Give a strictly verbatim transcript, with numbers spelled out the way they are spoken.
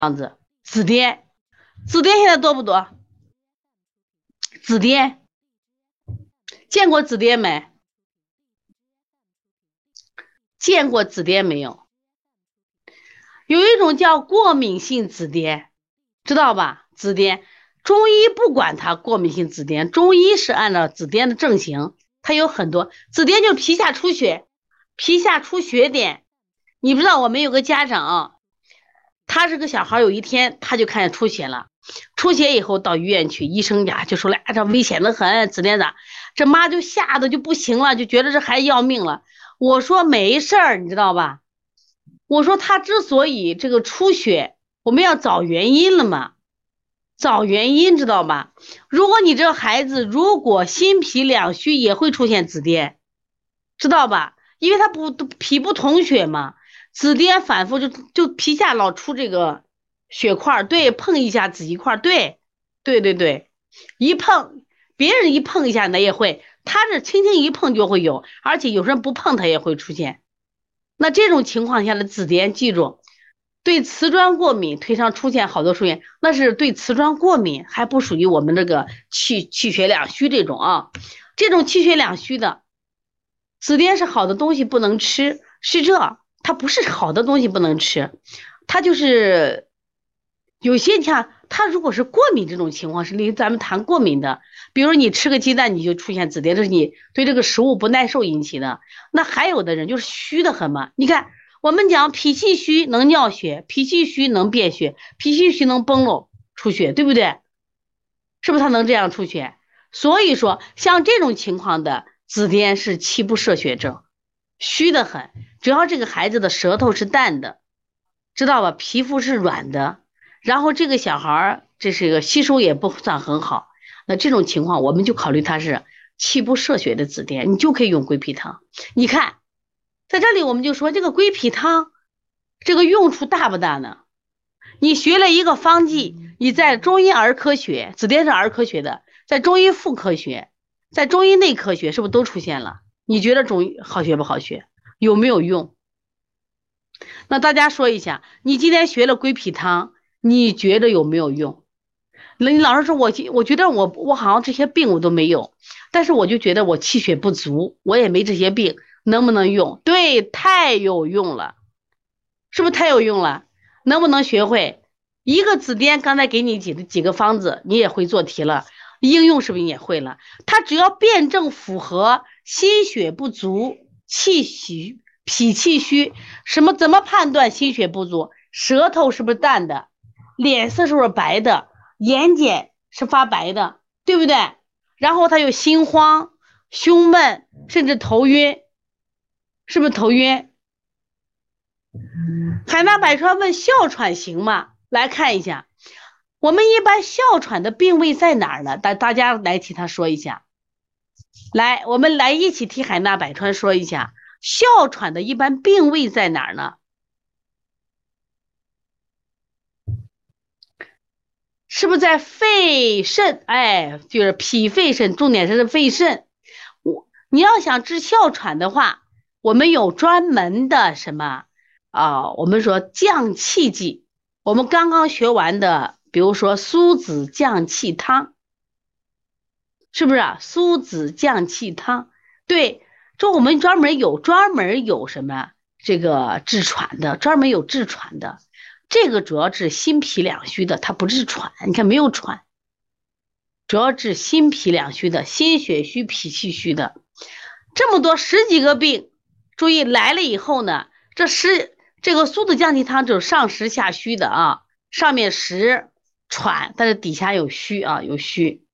样子，紫癜，紫癜现在多不多？紫癜，见过紫癜没？见过紫癜没有？有一种叫过敏性紫癜，知道吧？紫癜，中医不管它过敏性紫癜，中医是按照紫癜的症型，它有很多。紫癜就是皮下出血，皮下出血点。你不知道我们有个家长啊，他是个小孩，有一天他就看见出血了，出血以后到医院去，医生呀就说了，哎，这危险的很，紫癜咋？这妈就吓得就不行了，就觉得这孩子要命了。我说没事儿，你知道吧？我说他之所以这个出血，我们要找原因了嘛，找原因知道吧？如果你这个孩子如果心脾两虚，也会出现紫癜，知道吧？因为他不脾不统血嘛，紫癜反复就就皮下老出这个血块，对，碰一下紫一块，对，对对对，一碰别人一碰一下，那也会，他是轻轻一碰就会有，而且有时候不碰它也会出现。那这种情况下的紫癜，记住，对瓷砖过敏，腿上出现好多出现，那是对瓷砖过敏，还不属于我们这个气气血两虚这种啊。这种气血两虚的紫癜是好的东西不能吃，是这，它不是好的东西不能吃，它就是有些你看，它如果是过敏这种情况，是例如咱们谈过敏的，比如你吃个鸡蛋你就出现紫癜，这是你对这个食物不耐受引起的。那还有的人就是虚的很嘛，你看我们讲脾气虚能尿血，脾气虚能便血，脾气虚能崩漏出血，对不对？是不是他能这样出血？所以说像这种情况的紫癜是气不摄血症，虚的很，只要这个孩子的舌头是淡的，知道吧？皮肤是软的，然后这个小孩这是一个吸收也不算很好，那这种情况我们就考虑他是气不摄血的紫癜，你就可以用归脾汤。你看在这里我们就说这个归脾汤这个用处大不大呢？你学了一个方剂，你在中医儿科学，紫癜是儿科学的，在中医妇科学，在中医内科学是不是都出现了？你觉得中医好学不好学？有没有用？那大家说一下，你今天学了归脾汤，你觉得有没有用？那你老是说我我觉得我我好像这些病我都没有，但是我就觉得我气血不足，我也没这些病，能不能用？对，太有用了，是不是太有用了？能不能学会？一个紫癜，刚才给你几几个方子，你也会做题了，应用是不是你也会了？它只要辩证符合心血不足、气虚、脾气虚，什么怎么判断心血不足？舌头是不是淡的？脸色是不是白的？眼睑是发白的，对不对？然后他有心慌、胸闷，甚至头晕，是不是头晕？海纳百川问哮喘行吗？来看一下，我们一般哮喘的病位在哪儿呢？大大家来替他说一下。来，我们来一起替海纳百川说一下，哮喘的一般病位在哪儿呢？是不是在肺肾？哎，就是脾肺肾，重点是肺肾。我你要想治哮喘的话，我们有专门的什么啊？我们说降气剂，我们刚刚学完的，比如说苏子降气汤，是不是啊？苏子降气汤，对，这我们专门有专门有什么这个治喘的，专门有治喘的。这个主要治心脾两虚的，它不治喘，你看没有喘，主要治心脾两虚的，心血虚、脾气虚的，这么多十几个病，注意来了以后呢，这十这个苏子降气汤就是上实下虚的啊，上面实喘，但是底下有虚啊，有虚。